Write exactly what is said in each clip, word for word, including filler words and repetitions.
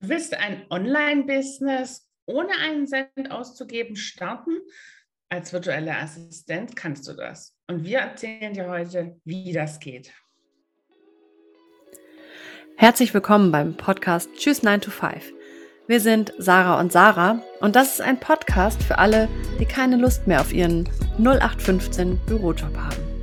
willst ein Online-Business ohne einen Cent auszugeben starten? Als virtueller Assistent kannst du das. Und wir erzählen dir heute, wie das geht. Herzlich willkommen beim Podcast Tschüss nine to five. Wir sind Sarah und Sarah und das ist ein Podcast für alle, die keine Lust mehr auf ihren null acht fünfzehn Bürojob haben.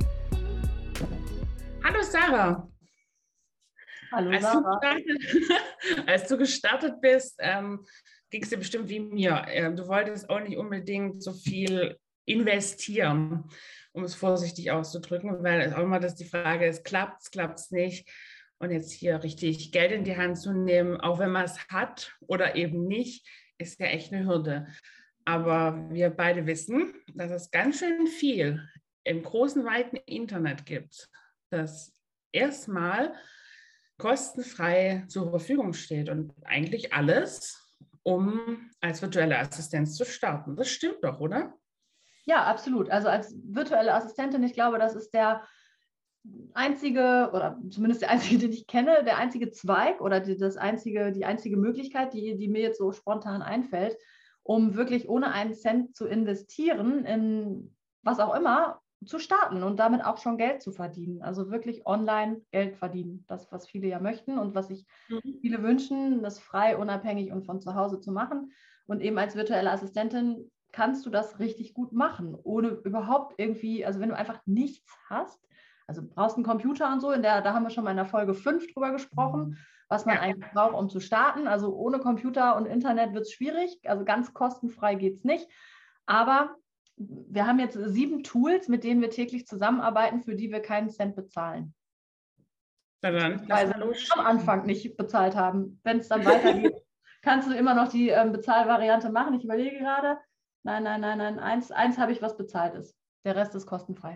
Hallo Sarah. Hallo als Sarah. Du gestartet, als du gestartet bist, ähm, ging es dir bestimmt wie mir. Ähm, du wolltest auch nicht unbedingt so viel investieren, um es vorsichtig auszudrücken, weil es auch immer das die Frage ist, klappt es, klappt es nicht. Und jetzt hier richtig Geld in die Hand zu nehmen, auch wenn man es hat oder eben nicht, ist ja echt eine Hürde. Aber wir beide wissen, dass es ganz schön viel im großen, weiten Internet gibt, das erstmal kostenfrei zur Verfügung steht und eigentlich alles, um als virtuelle Assistenz zu starten. Das stimmt doch, oder? Ja, absolut. Also als virtuelle Assistentin, ich glaube, das ist der einzige, oder zumindest der einzige, den ich kenne, der einzige Zweig oder die, das einzige, die einzige Möglichkeit, die, die mir jetzt so spontan einfällt, um wirklich ohne einen Cent zu investieren in was auch immer, zu starten und damit auch schon Geld zu verdienen. Also wirklich online Geld verdienen. Das, was viele ja möchten und was sich Mhm. viele wünschen, das frei, unabhängig und von zu Hause zu machen. Und eben als virtuelle Assistentin kannst du das richtig gut machen, ohne überhaupt irgendwie, also wenn du einfach nichts hast. Also du brauchst einen Computer und so, in der, da haben wir schon mal in der Folge fünf drüber gesprochen, was man Ja. eigentlich braucht, um zu starten. Also ohne Computer und Internet wird es schwierig, also ganz kostenfrei geht es nicht. Aber wir haben jetzt sieben Tools, mit denen wir täglich zusammenarbeiten, für die wir keinen Cent bezahlen. Na dann, lass Also mal los. am Anfang nicht bezahlt haben. Wenn es dann weitergeht, kannst du immer noch die ähm, Bezahlvariante machen. Ich überlege gerade. Nein, nein, nein, nein. Eins, eins habe ich, was bezahlt ist. Der Rest ist kostenfrei.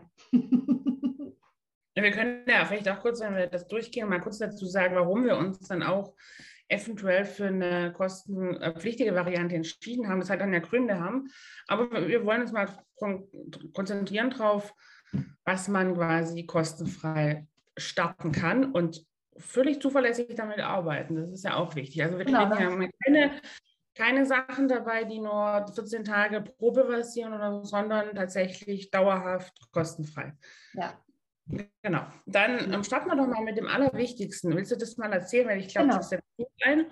Wir können ja vielleicht auch kurz, wenn wir das durchgehen, mal kurz dazu sagen, warum wir uns dann auch eventuell für eine kostenpflichtige Variante entschieden haben. Das hat dann ja Gründe haben. Aber wir wollen uns mal konzentrieren darauf, was man quasi kostenfrei starten kann und völlig zuverlässig damit arbeiten. Das ist ja auch wichtig. Also wir Genau, kriegen ja keine, keine Sachen dabei, die nur vierzehn Tage Probe basieren oder so, sondern tatsächlich dauerhaft kostenfrei. Ja. Genau. Dann ähm, starten wir doch mal mit dem Allerwichtigsten. Willst du das mal erzählen? Weil ich glaube, Genau. das setzt gut ein.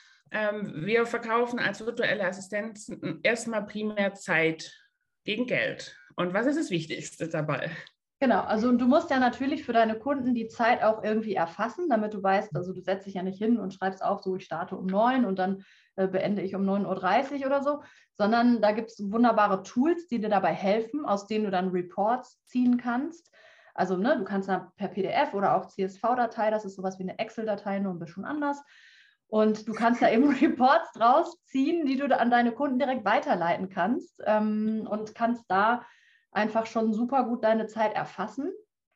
Ähm, wir verkaufen als virtuelle Assistenzen erstmal primär Zeit gegen Geld. Und was ist das Wichtigste dabei? Genau, also du musst ja natürlich für deine Kunden die Zeit auch irgendwie erfassen, damit du weißt, also du setzt dich ja nicht hin und schreibst auf, so ich starte um neun und dann äh, beende ich um neun Uhr dreißig oder so, sondern da gibt es wunderbare Tools, die dir dabei helfen, aus denen du dann Reports ziehen kannst. Also ne, du kannst dann per P D F oder auch C S V-Datei, das ist sowas wie eine Excel-Datei, nur ein bisschen anders. Und du kannst da eben Reports draus ziehen, die du an deine Kunden direkt weiterleiten kannst ähm, und kannst da einfach schon super gut deine Zeit erfassen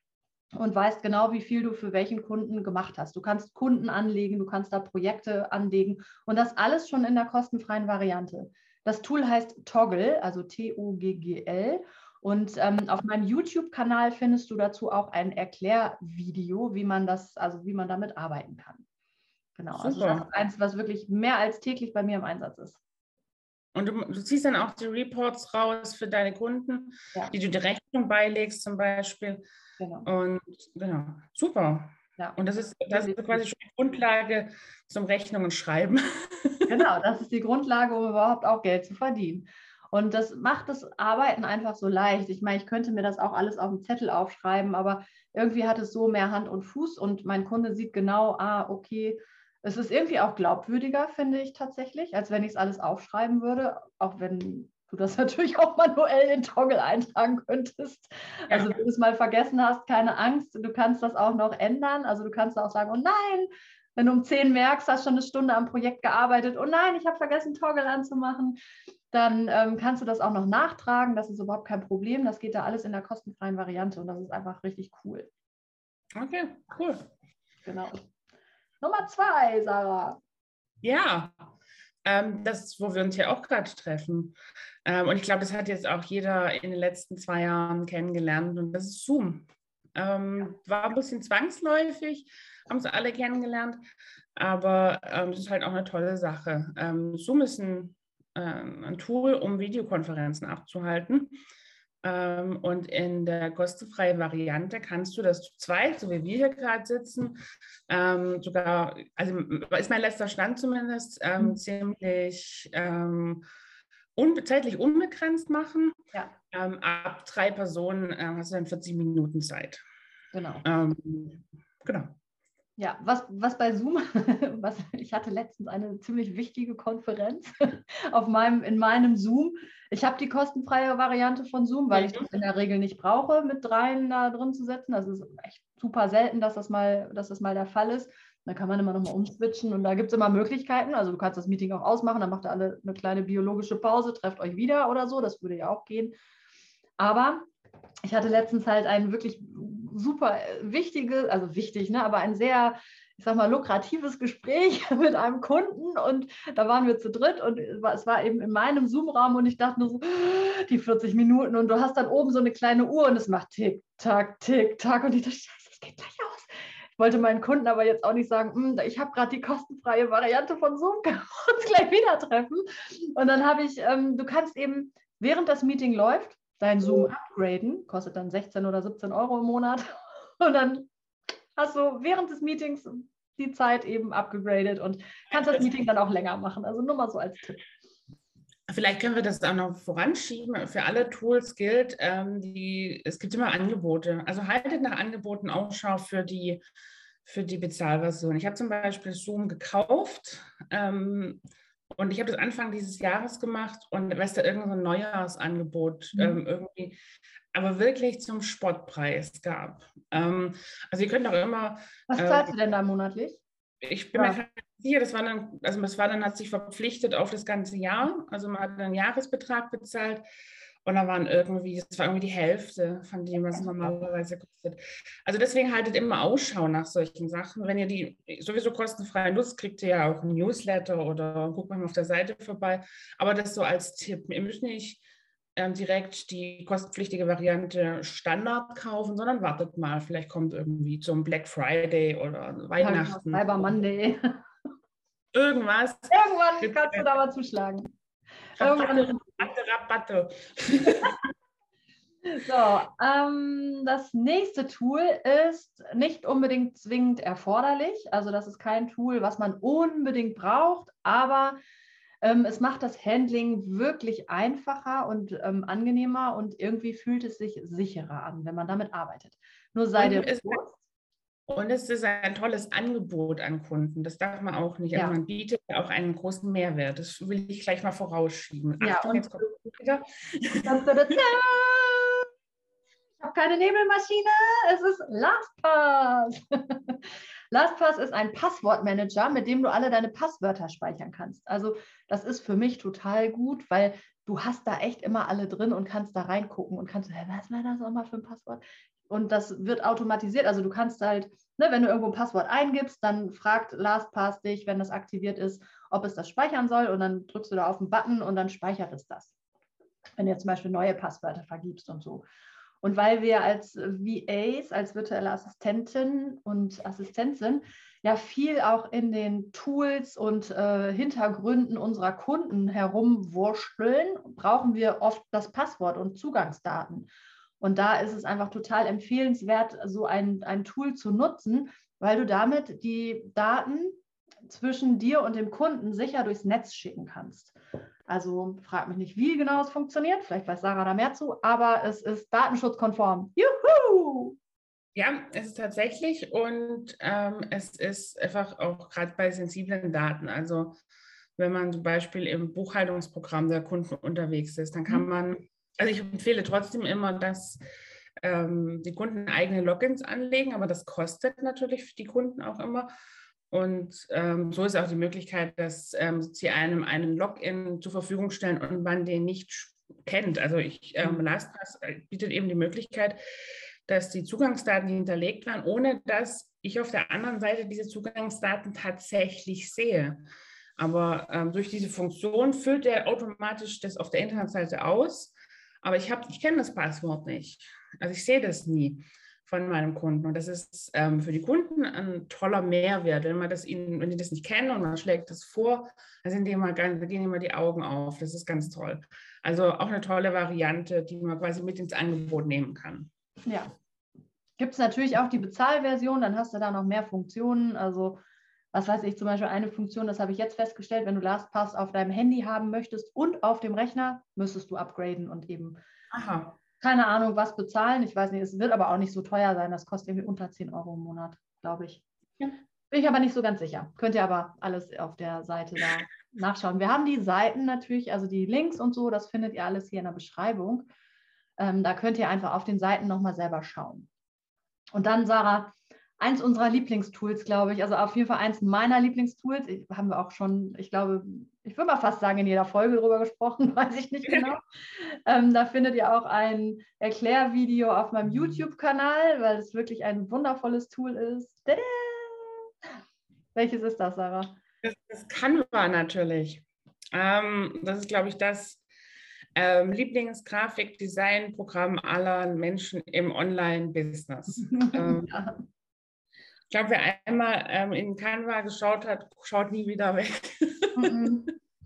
und weißt genau, wie viel du für welchen Kunden gemacht hast. Du kannst Kunden anlegen, du kannst da Projekte anlegen und das alles schon in der kostenfreien Variante. Das Tool heißt Toggl, also T O G G L. Und ähm, auf meinem YouTube-Kanal findest du dazu auch ein Erklärvideo, wie man das, also wie man damit arbeiten kann. Genau, Super. also das ist eins, was wirklich mehr als täglich bei mir im Einsatz ist. Und du, du ziehst dann auch die Reports raus für deine Kunden, ja. die du der Rechnung beilegst zum Beispiel. Genau. Und genau, super. Ja. Und das ist, das ist quasi schon die Grundlage zum Rechnungen schreiben. Genau, das ist die Grundlage, um überhaupt auch Geld zu verdienen. Und das macht das Arbeiten einfach so leicht. Ich meine, ich könnte mir das auch alles auf dem Zettel aufschreiben, aber irgendwie hat es so mehr Hand und Fuß und mein Kunde sieht genau, ah, okay, es ist irgendwie auch glaubwürdiger, finde ich tatsächlich, als wenn ich es alles aufschreiben würde, auch wenn du das natürlich auch manuell in Toggl eintragen könntest. Ja. Also wenn du es mal vergessen hast, keine Angst, du kannst das auch noch ändern. Also du kannst auch sagen, oh nein, wenn du um zehn merkst, hast schon eine Stunde am Projekt gearbeitet, oh nein, ich habe vergessen, Toggl anzumachen, dann ähm, kannst du das auch noch nachtragen. Das ist überhaupt kein Problem. Das geht da alles in der kostenfreien Variante und das ist einfach richtig cool. Okay, cool. Genau. Nummer zwei, Sarah. Ja, ähm, das ist, wo wir uns ja auch gerade treffen. Ähm, und ich glaube, das hat jetzt auch jeder in den letzten zwei Jahren kennengelernt und das ist Zoom. Ähm, war ein bisschen zwangsläufig, haben sie alle kennengelernt. Aber ähm, das ist halt auch eine tolle Sache. Ähm, Zoom ist ein, ähm, ein Tool, um Videokonferenzen abzuhalten. Ähm, und in der kostenfreien Variante kannst du das zu zweit, so wie wir hier gerade sitzen, ähm, sogar, also ist mein letzter Stand zumindest, ähm, ziemlich ähm, un zeitlich unbegrenzt machen. Ja. Ähm, ab drei Personen äh, hast du dann vierzig Minuten Zeit. Genau. Ähm, genau. Ja, was, was bei Zoom, was, ich hatte letztens eine ziemlich wichtige Konferenz auf meinem, in meinem Zoom. Ich habe die kostenfreie Variante von Zoom, weil ich das in der Regel nicht brauche, mit dreien da drin zu setzen. Das ist echt super selten, dass das mal, dass das mal der Fall ist. Da kann man immer noch mal umswitchen und da gibt es immer Möglichkeiten. Also du kannst das Meeting auch ausmachen, dann macht ihr alle eine kleine biologische Pause, trefft euch wieder oder so. Das würde ja auch gehen. Aber ich hatte letztens halt ein wirklich super wichtiges, also wichtig, ne, aber ein sehr, ich sag mal, lukratives Gespräch mit einem Kunden und da waren wir zu dritt und es war eben in meinem Zoom-Raum und ich dachte nur so, die vierzig Minuten und du hast dann oben so eine kleine Uhr und es macht tick, tack, tick, tack und ich dachte, scheiße, es geht gleich aus. Ich wollte meinen Kunden aber jetzt auch nicht sagen, ich habe gerade die kostenfreie Variante von Zoom, können wir uns gleich wieder treffen. Und dann habe ich, ähm, du kannst eben, während das Meeting läuft, dein Zoom upgraden, kostet dann sechzehn oder siebzehn Euro im Monat und dann hast du während des Meetings die Zeit eben abgegradet und kannst das Meeting dann auch länger machen. Also nur mal so als Tipp. Vielleicht können wir das auch noch voranschieben. Für alle Tools gilt, ähm, die, es gibt immer Angebote. Also haltet nach Angeboten Ausschau für die, für die Bezahlversion. Ich habe zum Beispiel Zoom gekauft ähm, und ich habe das Anfang dieses Jahres gemacht und weißt du, irgendein so ein Neujahrsangebot Mhm. ähm, irgendwie, aber wirklich zum Spottpreis gab. Ähm, also ihr könnt auch immer... Was ähm, zahlst du denn da monatlich? Ich bin ja. mir gar nicht sicher, das war dann, also das war dann, hat sich verpflichtet auf das ganze Jahr. Also man hat einen Jahresbetrag bezahlt und da waren irgendwie, das war irgendwie die Hälfte von dem, was es normalerweise kostet. Also deswegen haltet immer Ausschau nach solchen Sachen. Wenn ihr die sowieso kostenfrei nutzt, kriegt ihr ja auch ein Newsletter oder guckt mal auf der Seite vorbei. Aber das so als Tipp. Ihr müsst nicht ähm, direkt die kostenpflichtige Variante Standard kaufen, sondern wartet mal. Vielleicht kommt irgendwie zum Black Friday oder Weihnachten. Cyber Monday. Irgendwas. Irgendwann kannst du da mal zuschlagen. Rabatte, Rabatte, Rabatte. So, ähm, das nächste Tool ist nicht unbedingt zwingend erforderlich. Also das ist kein Tool, was man unbedingt braucht, aber ähm, es macht das Handling wirklich einfacher und ähm, angenehmer und irgendwie fühlt es sich sicherer an, wenn man damit arbeitet. Nur sei dir bewusst. Und es ist ein tolles Angebot an Kunden. Das darf man auch nicht. Also Ja. man bietet auch einen großen Mehrwert. Das will ich gleich mal vorausschieben. Ja, Achtung, und jetzt kommt wieder. Ich habe keine Nebelmaschine, es ist LastPass. LastPass ist ein Passwortmanager, mit dem du alle deine Passwörter speichern kannst. Also das ist für mich total gut, weil du hast da echt immer alle drin und kannst da reingucken und kannst, was war das nochmal für ein Passwort? Und das wird automatisiert. Also du kannst halt, ne, wenn du irgendwo ein Passwort eingibst, dann fragt LastPass dich, wenn das aktiviert ist, ob es das speichern soll. Und dann drückst du da auf den Button und dann speichert es das. Wenn du jetzt zum Beispiel neue Passwörter vergibst und so. Und weil wir als V As, als virtuelle Assistenten und Assistentin, ja viel auch in den Tools und äh, Hintergründen unserer Kunden herumwurschteln, brauchen wir oft das Passwort und Zugangsdaten. Und da ist es einfach total empfehlenswert, so ein, ein Tool zu nutzen, weil du damit die Daten zwischen dir und dem Kunden sicher durchs Netz schicken kannst. Also frag mich nicht, wie genau es funktioniert. Vielleicht weiß Sarah da mehr zu, aber es ist datenschutzkonform. Juhu! Ja, es ist tatsächlich und ähm, es ist einfach auch gerade bei sensiblen Daten. Also wenn man zum Beispiel im Buchhaltungsprogramm der Kunden unterwegs ist, dann kann man, also ich empfehle trotzdem immer, dass ähm, die Kunden eigene Logins anlegen, aber das kostet natürlich für die Kunden auch immer. Und ähm, so ist auch die Möglichkeit, dass ähm, sie einem einen Login zur Verfügung stellen und man den nicht kennt. Also ich, ähm, LastPass bietet eben die Möglichkeit, dass die Zugangsdaten hinterlegt werden, ohne dass ich auf der anderen Seite diese Zugangsdaten tatsächlich sehe. Aber ähm, durch diese Funktion füllt er automatisch das auf der Internetseite aus. Aber ich, hab, ich kenne das Passwort nicht. Also ich sehe das nie. von meinem Kunden. Und das ist ähm, für die Kunden ein toller Mehrwert. Wenn man das ihnen, wenn die das nicht kennen und man schlägt das vor, dann sind die immer ganz, da gehen immer die Augen auf. Das ist ganz toll. Also auch eine tolle Variante, die man quasi mit ins Angebot nehmen kann. Ja. Gibt es natürlich auch die Bezahlversion, dann hast du da noch mehr Funktionen. Also was weiß ich, zum Beispiel eine Funktion, das habe ich jetzt festgestellt, wenn du LastPass auf deinem Handy haben möchtest und auf dem Rechner, müsstest du upgraden und eben, Aha. keine Ahnung, was bezahlen. Ich weiß nicht, es wird aber auch nicht so teuer sein. Das kostet irgendwie unter zehn Euro im Monat, glaube ich. Ja. Bin ich aber nicht so ganz sicher. Könnt ihr aber alles auf der Seite da nachschauen. Wir haben die Seiten natürlich, also die Links und so, das findet ihr alles hier in der Beschreibung. Ähm, da könnt ihr einfach auf den Seiten nochmal selber schauen. Und dann, Sarah, eins unserer Lieblingstools, glaube ich, also auf jeden Fall eins meiner Lieblingstools, ich, haben wir auch schon, ich glaube, ich würde mal fast sagen, in jeder Folge darüber gesprochen, weiß ich nicht genau. ähm, da findet ihr auch ein Erklärvideo auf meinem YouTube-Kanal, weil es wirklich ein wundervolles Tool ist. Tada! Welches ist das, Sarah? Das, das Canva natürlich. Ähm, das ist, glaube ich, das ähm, Lieblingsgrafikdesign-Programm aller Menschen im Online-Business. ähm, ja. Ich glaube, wer einmal ähm, in Canva geschaut hat, schaut nie wieder weg. Mhm.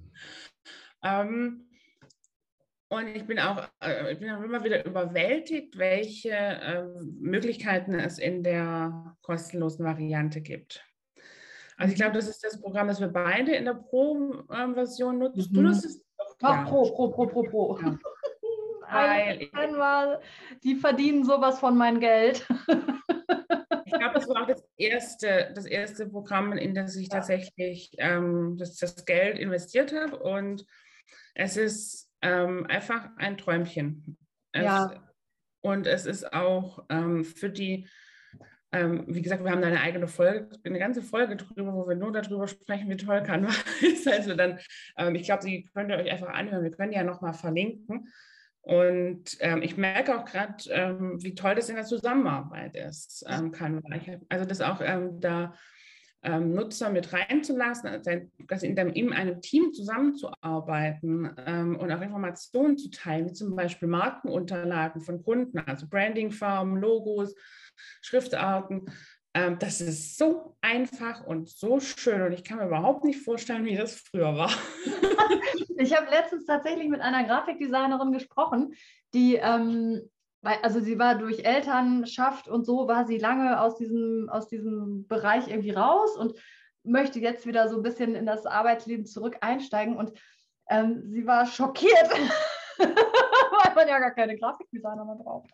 ähm, und ich bin auch, äh, ich bin auch immer wieder überwältigt, welche äh, Möglichkeiten es in der kostenlosen Variante gibt. Also ich glaube, das ist das Programm, das wir beide in der Pro-Version nutzen. Mhm. Du nutzt es doch, ja. Pro, Pro, Pro, Pro, Pro. Ja. Weil Canva, die verdienen sowas von mein Geld. Ich glaube, das war auch das erste, das erste Programm, in das ich tatsächlich ähm, das, das Geld investiert habe. Und es ist ähm, einfach ein Träumchen. Es, ja. Und es ist auch ähm, für die, ähm, wie gesagt, wir haben da eine eigene Folge, eine ganze Folge drüber, wo wir nur darüber sprechen, wie toll Canva ist. Also dann, ähm, ich glaube, die könnt ihr euch einfach anhören. Wir können die ja nochmal verlinken. Und ähm, ich merke auch gerade, ähm, wie toll das in der Zusammenarbeit ist, ähm, Canva. Also das auch ähm, da ähm, Nutzer mit reinzulassen, also in, dem, in einem Team zusammenzuarbeiten ähm, und auch Informationen zu teilen, wie zum Beispiel Markenunterlagen von Kunden, also Brandingfarben, Logos, Schriftarten. Ähm, das ist so einfach und so schön und ich kann mir überhaupt nicht vorstellen, wie das früher war. Ich habe letztens tatsächlich mit einer Grafikdesignerin gesprochen, die, ähm, also sie war durch Elternschaft und so, war sie lange aus diesem, aus diesem Bereich irgendwie raus und möchte jetzt wieder so ein bisschen in das Arbeitsleben zurück einsteigen und ähm, sie war schockiert, weil man ja gar keine Grafikdesigner mehr braucht.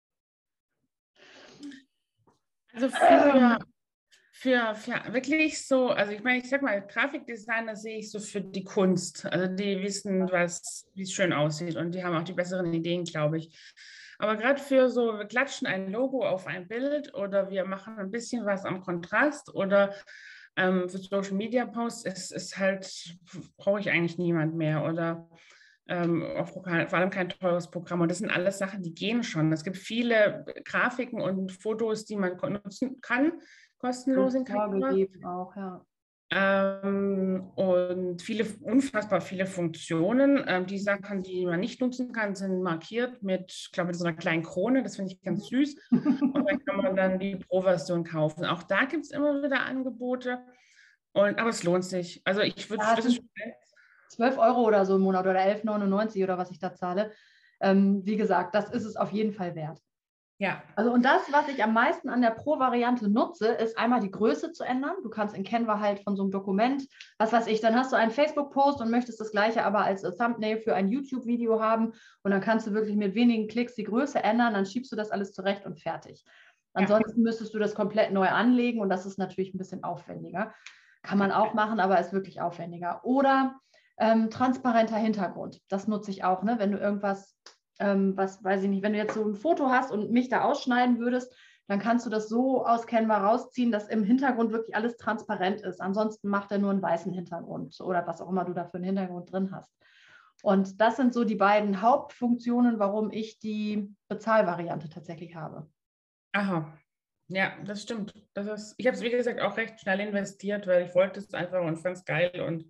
Also für, für, für wirklich so, also ich meine, ich sag mal, Grafikdesigner sehe ich so für die Kunst. Also die wissen, was, wie es schön aussieht und die haben auch die besseren Ideen, glaube ich. Aber gerade für so, wir klatschen ein Logo auf ein Bild oder wir machen ein bisschen was am Kontrast oder ähm, für Social Media Posts ist, ist halt, brauche ich eigentlich niemand mehr oder Ähm, vor allem kein teures Programm. Und das sind alles Sachen, die gehen schon. Es gibt viele Grafiken und Fotos, die man nutzen kann, kostenlos in Canva. Auch, ja. Ähm, und viele, unfassbar viele Funktionen. Ähm, die Sachen, die man nicht nutzen kann, sind markiert mit, ich glaube, mit so einer kleinen Krone. Das finde ich ganz süß. Und dann kann man dann die Pro-Version kaufen. Auch da gibt es immer wieder Angebote. Und, aber es lohnt sich. Also ich würde... Ja, zwölf Euro oder so im Monat oder elf neunundneunzig oder was ich da zahle. Ähm, wie gesagt, das ist es auf jeden Fall wert. Ja. Also und das, was ich am meisten an der Pro-Variante nutze, ist einmal die Größe zu ändern. Du kannst in Canva halt von so einem Dokument, was weiß ich, dann hast du einen Facebook-Post und möchtest das gleiche aber als Thumbnail für ein YouTube-Video haben und dann kannst du wirklich mit wenigen Klicks die Größe ändern, dann schiebst du das alles zurecht und fertig. Ansonsten ja. müsstest du das komplett neu anlegen und das ist natürlich ein bisschen aufwendiger. Kann man auch machen, aber ist wirklich aufwendiger. Oder Ähm, transparenter Hintergrund, das nutze ich auch, ne? Wenn du irgendwas, ähm, was weiß ich nicht, wenn du jetzt so ein Foto hast und mich da ausschneiden würdest, dann kannst du das so aus Canva rausziehen, dass im Hintergrund wirklich alles transparent ist. Ansonsten macht er nur einen weißen Hintergrund oder was auch immer du da für einen Hintergrund drin hast. Und das sind so die beiden Hauptfunktionen, warum ich die Bezahlvariante tatsächlich habe. Aha. Ja, das stimmt. Das ist, ich habe es, wie gesagt, auch recht schnell investiert, weil ich wollte es einfach und fand es geil und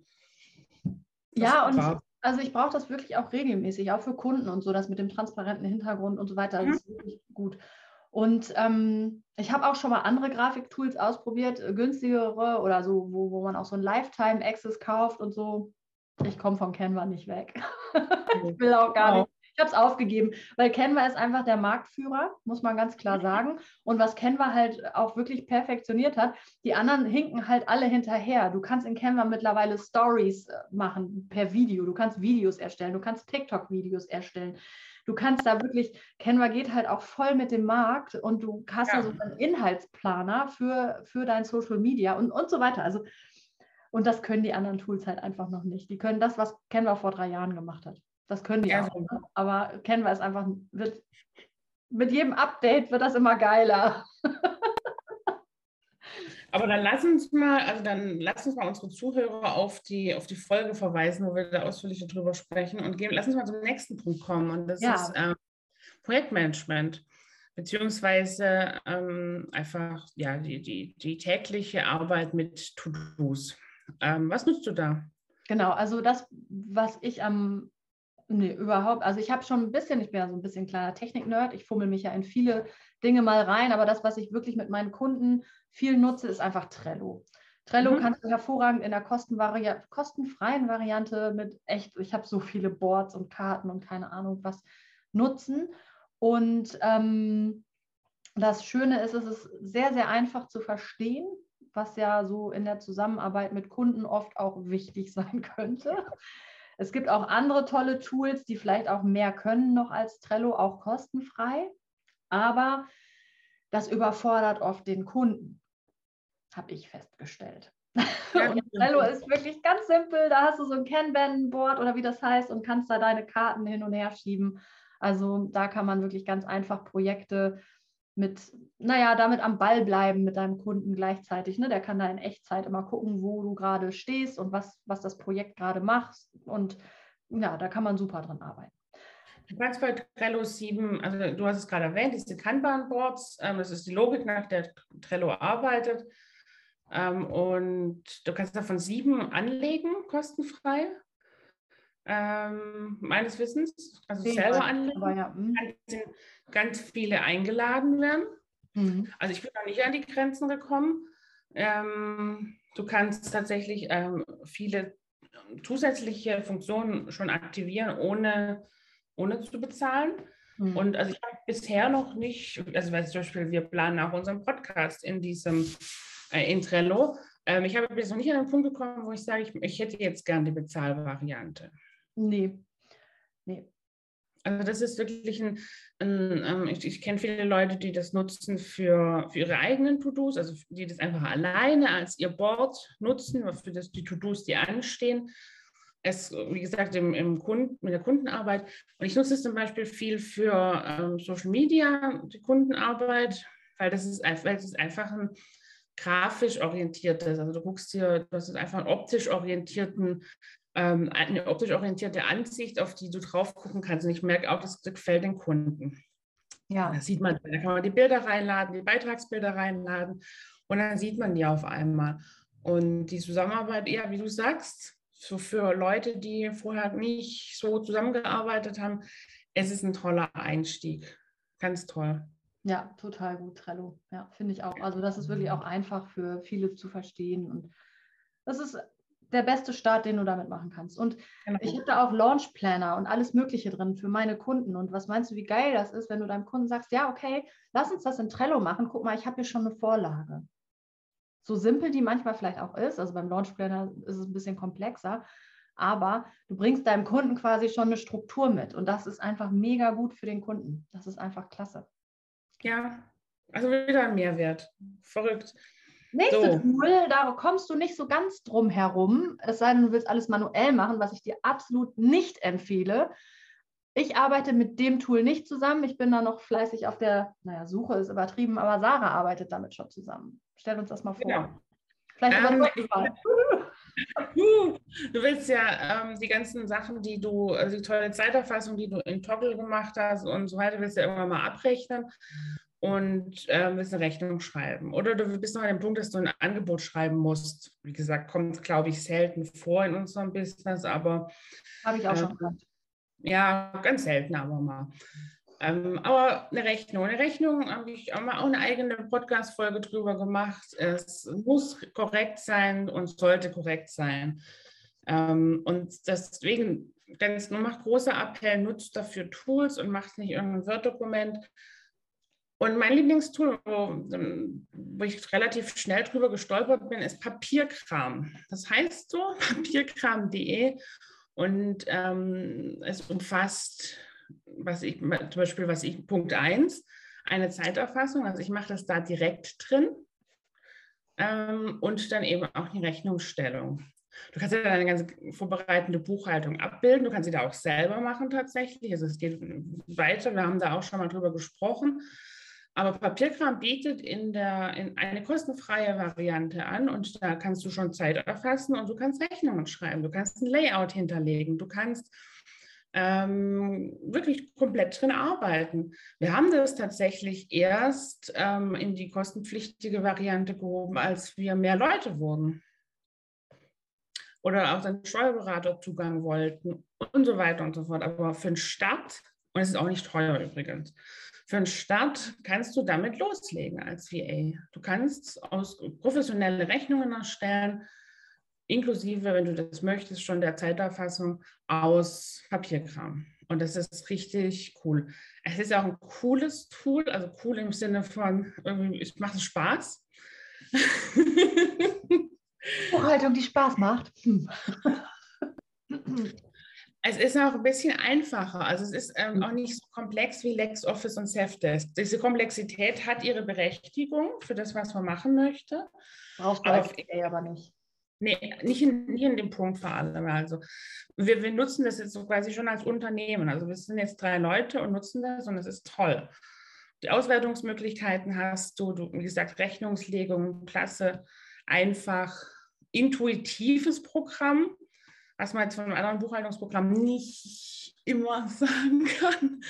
ja, und war. Also ich brauche das wirklich auch regelmäßig, auch für Kunden und so, das mit dem transparenten Hintergrund und so weiter, das ist wirklich gut. Und ähm, ich habe auch schon mal andere Grafiktools ausprobiert, äh, günstigere oder so, wo, wo man auch so ein Lifetime-Access kauft und so. Ich komme von Canva nicht weg. Ich will auch gar nicht. Ich habe es aufgegeben, weil Canva ist einfach der Marktführer, muss man ganz klar sagen. Und was Canva halt auch wirklich perfektioniert hat, die anderen hinken halt alle hinterher. Du kannst in Canva mittlerweile Stories machen per Video. Du kannst Videos erstellen, du kannst TikTok-Videos erstellen. Du kannst da wirklich, Canva geht halt auch voll mit dem Markt und du hast ja so einen Inhaltsplaner für, für dein Social Media und, und so weiter. Also, und das können die anderen Tools halt einfach noch nicht. Die können das, was Canva vor drei Jahren gemacht hat. Das können die auch. Ne? Aber Canva ist einfach, wird, mit jedem Update wird das immer geiler. Aber dann lass uns mal, also dann lass uns mal unsere Zuhörer auf die, auf die Folge verweisen, wo wir da ausführlich drüber sprechen und gehen, lass uns mal zum nächsten Punkt kommen. Und das ja. ist ähm, Projektmanagement, beziehungsweise ähm, einfach ja, die, die, die tägliche Arbeit mit To-Dos. Ähm, was nutzt du da? Genau, also das, was ich am Nee, überhaupt. Also ich habe schon ein bisschen, ich bin ja so ein bisschen kleiner Technik-Nerd, ich fummel mich ja in viele Dinge mal rein, aber das, was ich wirklich mit meinen Kunden viel nutze, ist einfach Trello. Trello mhm. kannst du hervorragend in der Kostenvari- kostenfreien Variante mit echt, ich habe so viele Boards und Karten und keine Ahnung was nutzen. Und ähm, das Schöne ist, es ist sehr, sehr einfach zu verstehen, was ja so in der Zusammenarbeit mit Kunden oft auch wichtig sein könnte. Es gibt auch andere tolle Tools, die vielleicht auch mehr können noch als Trello, auch kostenfrei. Aber das überfordert oft den Kunden, habe ich festgestellt. Ja, und Trello ist wirklich ganz simpel. Da hast du so ein Kanban-Board oder wie das heißt und kannst da deine Karten hin und her schieben. Also da kann man wirklich ganz einfach Projekte mit, naja, damit am Ball bleiben mit deinem Kunden gleichzeitig. Ne? Der kann da in Echtzeit immer gucken, wo du gerade stehst und was, was das Projekt gerade macht. Und ja, da kann man super dran arbeiten. Du kannst bei Trello sieben, also du hast es gerade erwähnt, diese Kanban-Boards, ähm, das ist die Logik, nach der Trello arbeitet. Ähm, und du kannst davon sieben anlegen, kostenfrei. Ähm, meines Wissens, also nee, selber anlegen. Aber ja, sind ganz viele eingeladen werden. Mhm. Also ich bin noch nicht an die Grenzen gekommen. Ähm, du kannst tatsächlich ähm, viele zusätzliche Funktionen schon aktivieren, ohne, ohne zu bezahlen. Mhm. Und also ich habe bisher noch nicht, also weil zum Beispiel wir planen auch unseren Podcast in diesem äh, in Trello. Ähm, ich habe bis noch nicht an den Punkt gekommen, wo ich sage, ich, ich hätte jetzt gern die Bezahlvariante. Nee. Nee. Also das ist wirklich ein, ein ähm, ich, ich kenne viele Leute, die das nutzen für, für ihre eigenen To-Dos, also die das einfach alleine als ihr Board nutzen, für das, die To-Dos, die anstehen. Es, wie gesagt, im, im Kunden, mit der Kundenarbeit. Und ich nutze es zum Beispiel viel für ähm, Social Media, die Kundenarbeit, weil das ist, weil das ist einfach ein grafisch orientiertes, also du guckst dir, das ist einfach einen optisch orientierten Ähm, eine optisch orientierte Ansicht, auf die du drauf gucken kannst. Und ich merke auch, das gefällt den Kunden. Ja. Da sieht man, da kann man die Bilder reinladen, die Beitragsbilder reinladen und dann sieht man die auf einmal. Und die Zusammenarbeit, eher wie du sagst, so für Leute, die vorher nicht so zusammengearbeitet haben, es ist ein toller Einstieg. Ganz toll. Ja, total gut, Trello. Ja, finde ich auch. Also das ist wirklich auch einfach für viele zu verstehen und das ist der beste Start, den du damit machen kannst. Und genau. Ich habe da auch Launch Planner und alles Mögliche drin für meine Kunden. Und was meinst du, wie geil das ist, wenn du deinem Kunden sagst, ja, okay, lass uns das in Trello machen. Guck mal, ich habe hier schon eine Vorlage. So simpel die manchmal vielleicht auch ist, also beim Launch Planner ist es ein bisschen komplexer, aber du bringst deinem Kunden quasi schon eine Struktur mit. Und das ist einfach mega gut für den Kunden. Das ist einfach klasse. Ja, also wieder ein Mehrwert. Verrückt. Nächste so. Tool, da kommst du nicht so ganz drum herum, es sei denn, du willst alles manuell machen, was ich dir absolut nicht empfehle. Ich arbeite mit dem Tool nicht zusammen. Ich bin da noch fleißig auf der, naja, Suche ist übertrieben, aber Sarah arbeitet damit schon zusammen. Stell uns das mal vor. Genau. Vielleicht ähm, mal. Du willst ja ähm, die ganzen Sachen, die du, also die tolle Zeiterfassung, die du in Toggle gemacht hast und so weiter, willst du ja irgendwann mal abrechnen und äh, willst eine Rechnung schreiben. Oder du bist noch an dem Punkt, dass du ein Angebot schreiben musst. Wie gesagt, kommt, glaube ich, selten vor in unserem Business, aber habe ich auch äh, schon gehört. Ja, ganz selten, aber mal. Ähm, aber eine Rechnung. Eine Rechnung habe ich auch mal auch eine eigene Podcast-Folge drüber gemacht. Es muss korrekt sein und sollte korrekt sein. Ähm, und deswegen, ganz nur macht großer Appell, nutzt dafür Tools und macht nicht irgendein Word-Dokument. Und mein Lieblingstool, wo, wo ich relativ schnell drüber gestolpert bin, ist Papierkram. Das heißt so, papierkram punkt de, und ähm, es umfasst, was ich, zum Beispiel, was ich, Punkt eins, eine Zeiterfassung, also ich mache das da direkt drin, ähm, und dann eben auch die Rechnungsstellung. Du kannst ja deine ganze vorbereitende Buchhaltung abbilden, du kannst sie da auch selber machen tatsächlich, also es geht weiter, wir haben da auch schon mal drüber gesprochen. Aber Papierkram bietet in der, in eine kostenfreie Variante an, und da kannst du schon Zeit erfassen und du kannst Rechnungen schreiben, du kannst ein Layout hinterlegen, du kannst ähm, wirklich komplett drin arbeiten. Wir haben das tatsächlich erst ähm, in die kostenpflichtige Variante gehoben, als wir mehr Leute wurden oder auch den Steuerberaterzugang wollten und so weiter und so fort. Aber für den Start, und es ist auch nicht teuer übrigens, für den Start kannst du damit loslegen als V A. Du kannst aus professionelle Rechnungen erstellen, inklusive, wenn du das möchtest, schon der Zeiterfassung aus Papierkram. Und das ist richtig cool. Es ist auch ein cooles Tool, also cool im Sinne von, irgendwie, es macht Spaß. Buchhaltung, die Spaß macht. Hm. Es ist auch ein bisschen einfacher. Also es ist ähm, auch nicht so komplex wie LexOffice und Safdesk. Diese Komplexität hat ihre Berechtigung für das, was man machen möchte. Brauchst du als V A aber nicht. Nee, nicht in, nicht in dem Punkt vor allem. Also wir, wir nutzen das jetzt so quasi schon als Unternehmen. Also wir sind jetzt drei Leute und nutzen das, und es ist toll. Die Auswertungsmöglichkeiten hast du, du, wie gesagt, Rechnungslegung, klasse, einfach, intuitives Programm, was man jetzt von einem anderen Buchhaltungsprogramm nicht immer sagen kann.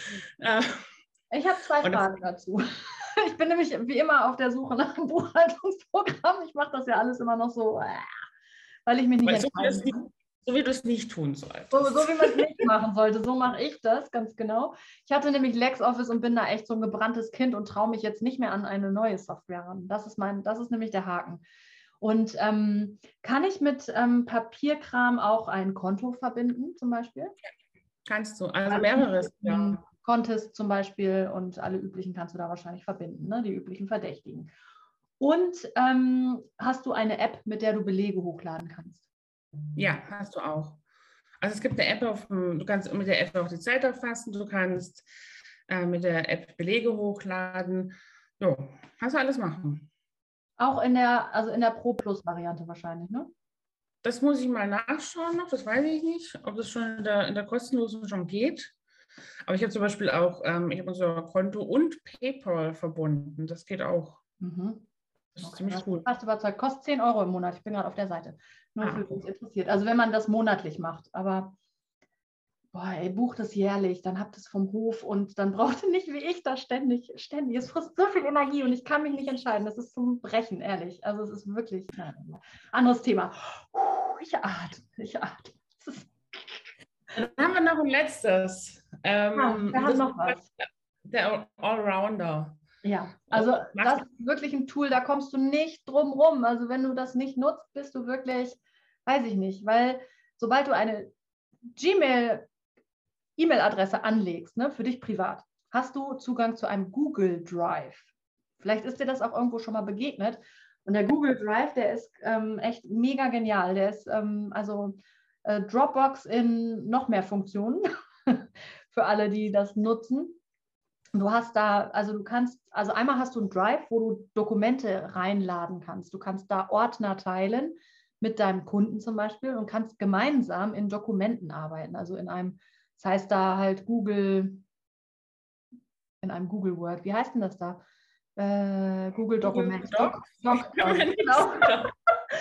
Ich habe zwei Fragen dazu. Ich bin nämlich wie immer auf der Suche nach einem Buchhaltungsprogramm. Ich mache das ja alles immer noch so, weil ich mich nicht entscheiden kann. So wie du es nicht tun solltest. So, so wie man es nicht machen sollte, so mache ich das, ganz genau. Ich hatte nämlich LexOffice und bin da echt so ein gebranntes Kind und traue mich jetzt nicht mehr an eine neue Software ran. Das ist, mein, das ist nämlich der Haken. Und ähm, kann ich mit ähm, Papierkram auch ein Konto verbinden, zum Beispiel? Kannst du, also mehreres, ja. Contest zum Beispiel, und alle üblichen kannst du da wahrscheinlich verbinden, ne? Die üblichen Verdächtigen. Und ähm, hast du eine App, mit der du Belege hochladen kannst? Ja, hast du auch. Also es gibt eine App, auf dem, du kannst mit der App auch die Zeit erfassen, du kannst äh, mit der App Belege hochladen. Jo, kannst du alles machen. Auch in der, also in der Pro Plus Variante wahrscheinlich, ne? Das muss ich mal nachschauen noch, das weiß ich nicht, ob das schon in der, in der kostenlosen schon geht. Aber ich habe zum Beispiel auch, ähm, ich habe unser Konto und PayPal verbunden. Das geht auch. Mhm. Das ist Okay, ziemlich cool. Fast überzeugt. Kostet zehn Euro im Monat. Ich bin gerade auf der Seite. Nur Ah. für uns interessiert. Also wenn man das monatlich macht. Aber boah, ey, bucht es jährlich, dann habt es vom Hof und dann braucht ihr nicht wie ich da ständig, ständig. Es frisst so viel Energie und ich kann mich nicht entscheiden. Das ist zum Brechen, ehrlich. Also es ist wirklich ein anderes Thema. Ich atme, ich atme. Dann haben wir noch ein letztes. Ähm, ah, wir haben noch was. Der Allrounder. Ja, also das ist wirklich ein Tool, da kommst du nicht drum rum. Also wenn du das nicht nutzt, bist du wirklich, weiß ich nicht, weil sobald du eine Gmail E-Mail-Adresse anlegst, ne, für dich privat, hast du Zugang zu einem Google Drive. Vielleicht ist dir das auch irgendwo schon mal begegnet. Und der Google Drive, der ist ähm, echt mega genial. Der ist ähm, also äh, Dropbox in noch mehr Funktionen für alle, die das nutzen. Du hast da, also du kannst, also einmal hast du einen Drive, wo du Dokumente reinladen kannst. Du kannst da Ordner teilen mit deinem Kunden zum Beispiel und kannst gemeinsam in Dokumenten arbeiten. Also in einem, das heißt da halt Google, in einem Google Word. Wie heißt denn das da? Äh, Google Dokument. Doc, Doc, Doc,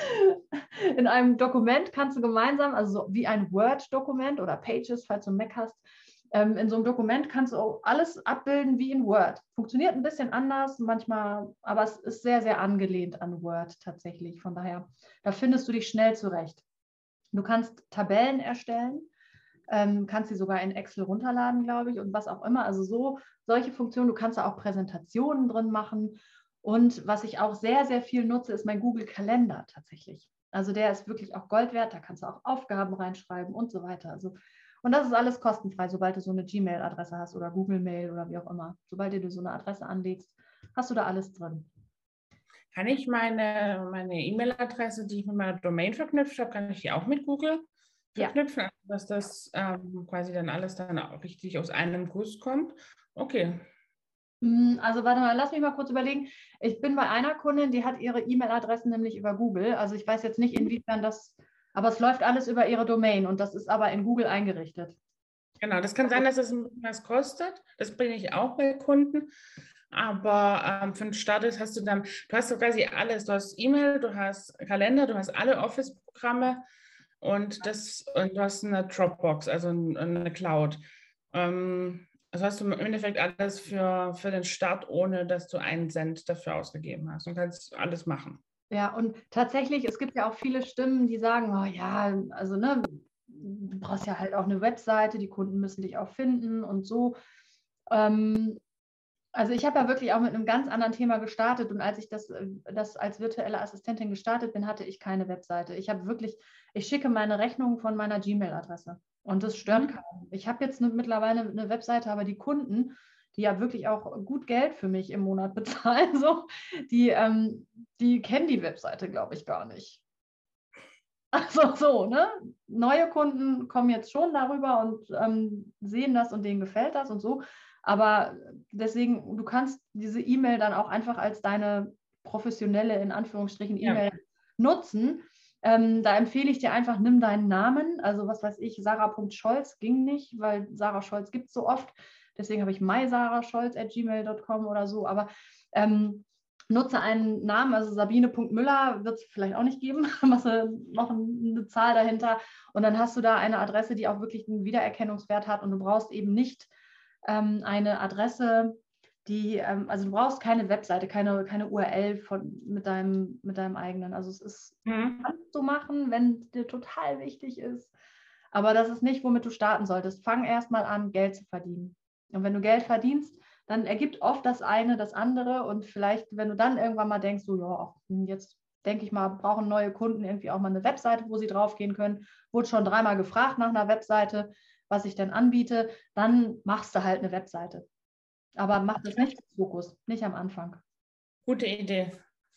in einem Dokument kannst du gemeinsam, also so wie ein Word-Dokument oder Pages, falls du einen Mac hast, ähm, in so einem Dokument kannst du auch alles abbilden wie in Word. Funktioniert ein bisschen anders manchmal, aber es ist sehr, sehr angelehnt an Word tatsächlich. Von daher, da findest du dich schnell zurecht. Du kannst Tabellen erstellen. ähm, kannst sie sogar in Excel runterladen, glaube ich, und was auch immer. Also so solche Funktionen. Du kannst da auch Präsentationen drin machen. Und was ich auch sehr, sehr viel nutze, ist mein Google-Kalender tatsächlich. Also der ist wirklich auch Gold wert. Da kannst du auch Aufgaben reinschreiben und so weiter. Also, und das ist alles kostenfrei, sobald du so eine Gmail-Adresse hast oder Google-Mail oder wie auch immer. Sobald du so eine Adresse anlegst, hast du da alles drin. Kann ich meine meine E-Mail-Adresse, die ich mit meiner Domain verknüpft habe, kann ich die auch mit Google verknüpfen, ja. Dass das ähm, quasi dann alles dann auch richtig aus einem Guss kommt? Okay. Also warte mal, lass mich mal kurz überlegen. Ich bin bei einer Kundin, die hat ihre E-Mail-Adressen nämlich über Google. Also ich weiß jetzt nicht, inwiefern das, aber es läuft alles über ihre Domain und das ist aber in Google eingerichtet. Genau, das kann sein, dass es ein bisschen was kostet. Das bin ich auch bei Kunden. Aber ähm, für den Start hast du dann, du hast so quasi alles. Du hast E-Mail, du hast Kalender, du hast alle Office-Programme und, das, und du hast eine Dropbox, also eine Cloud. Ähm, also hast du im Endeffekt alles für, für den Start, ohne dass du einen Cent dafür ausgegeben hast und kannst alles machen. Ja, und tatsächlich, es gibt ja auch viele Stimmen, die sagen, oh ja, also ne, du brauchst ja halt auch eine Webseite, die Kunden müssen dich auch finden und so. Ähm, Also ich habe ja wirklich auch mit einem ganz anderen Thema gestartet und als ich das, das als virtuelle Assistentin gestartet bin, hatte ich keine Webseite. Ich habe wirklich, ich schicke meine Rechnungen von meiner Gmail-Adresse und das stört mhm. keinen. Ich habe jetzt eine, mittlerweile eine Webseite, aber die Kunden, die ja wirklich auch gut Geld für mich im Monat bezahlen, so, die, ähm, die kennen die Webseite, glaube ich, gar nicht. Also so, ne? Neue Kunden kommen jetzt schon darüber und ähm, sehen das und denen gefällt das und so. Aber deswegen, du kannst diese E-Mail dann auch einfach als deine professionelle, in Anführungsstrichen, E-Mail ja. nutzen. Ähm, da empfehle ich dir einfach, nimm deinen Namen. Also was weiß ich, Sarah.Scholz ging nicht, weil Sarah Scholz gibt es so oft. Deswegen habe ich mysarascholz at gmail dot com oder so. Aber ähm, nutze einen Namen, also Sabine.Müller wird es vielleicht auch nicht geben, machst du noch eine Zahl dahinter. Und dann hast du da eine Adresse, die auch wirklich einen Wiedererkennungswert hat und du brauchst eben nicht eine Adresse, die, ähm, also du brauchst keine Webseite, keine, keine U R L von, mit, deinem, mit deinem eigenen. Also es ist, mhm. kannst du machen, wenn es dir total wichtig ist. Aber das ist nicht, womit du starten solltest. Fang erstmal an, Geld zu verdienen. Und wenn du Geld verdienst, dann ergibt oft das eine das andere. Und vielleicht, wenn du dann irgendwann mal denkst, so, ja, jetzt denke ich mal, brauchen neue Kunden irgendwie auch mal eine Webseite, wo sie draufgehen können. Wurde schon dreimal gefragt nach einer Webseite, was ich denn anbiete, dann machst du halt eine Webseite. Aber mach das nicht im Fokus, nicht am Anfang. Gute Idee.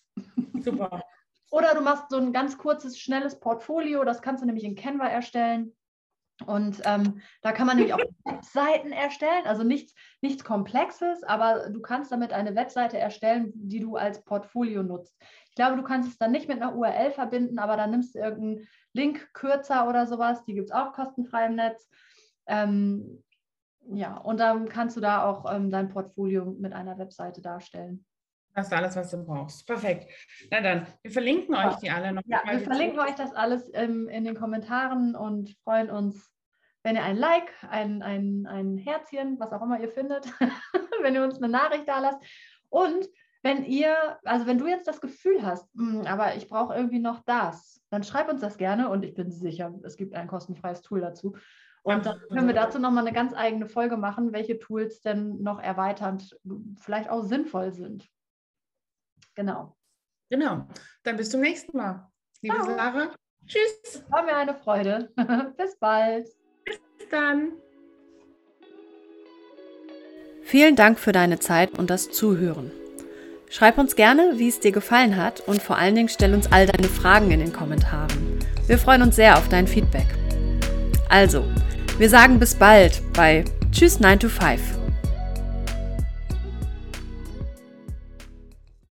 Super. Oder du machst so ein ganz kurzes, schnelles Portfolio, das kannst du nämlich in Canva erstellen. Und ähm, da kann man nämlich auch Webseiten erstellen, also nichts, nichts Komplexes, aber du kannst damit eine Webseite erstellen, die du als Portfolio nutzt. Ich glaube, du kannst es dann nicht mit einer U R L verbinden, aber dann nimmst du irgendeinen Link kürzer oder sowas, die gibt es auch kostenfrei im Netz. Ähm, ja, und dann kannst du da auch ähm, dein Portfolio mit einer Webseite darstellen. Das ist alles, was du brauchst. Perfekt. Na dann, wir verlinken euch die alle noch. Ja, wir verlinken euch das alles ähm, in den Kommentaren und freuen uns, wenn ihr ein Like, ein, ein, ein Herzchen, was auch immer ihr findet, wenn ihr uns eine Nachricht da lasst. Und wenn ihr, also wenn du jetzt das Gefühl hast, aber ich brauche irgendwie noch das, dann schreib uns das gerne und ich bin sicher, es gibt ein kostenfreies Tool dazu. Und dann können wir dazu nochmal eine ganz eigene Folge machen, welche Tools denn noch erweiternd vielleicht auch sinnvoll sind. Genau. Genau. Dann bis zum nächsten Mal. Liebe Ciao. Sarah. Tschüss. War mir eine Freude. Bis bald. Bis dann. Vielen Dank für deine Zeit und das Zuhören. Schreib uns gerne, wie es dir gefallen hat und vor allen Dingen stell uns all deine Fragen in den Kommentaren. Wir freuen uns sehr auf dein Feedback. Also, wir sagen bis bald bei Tschüss nine to five.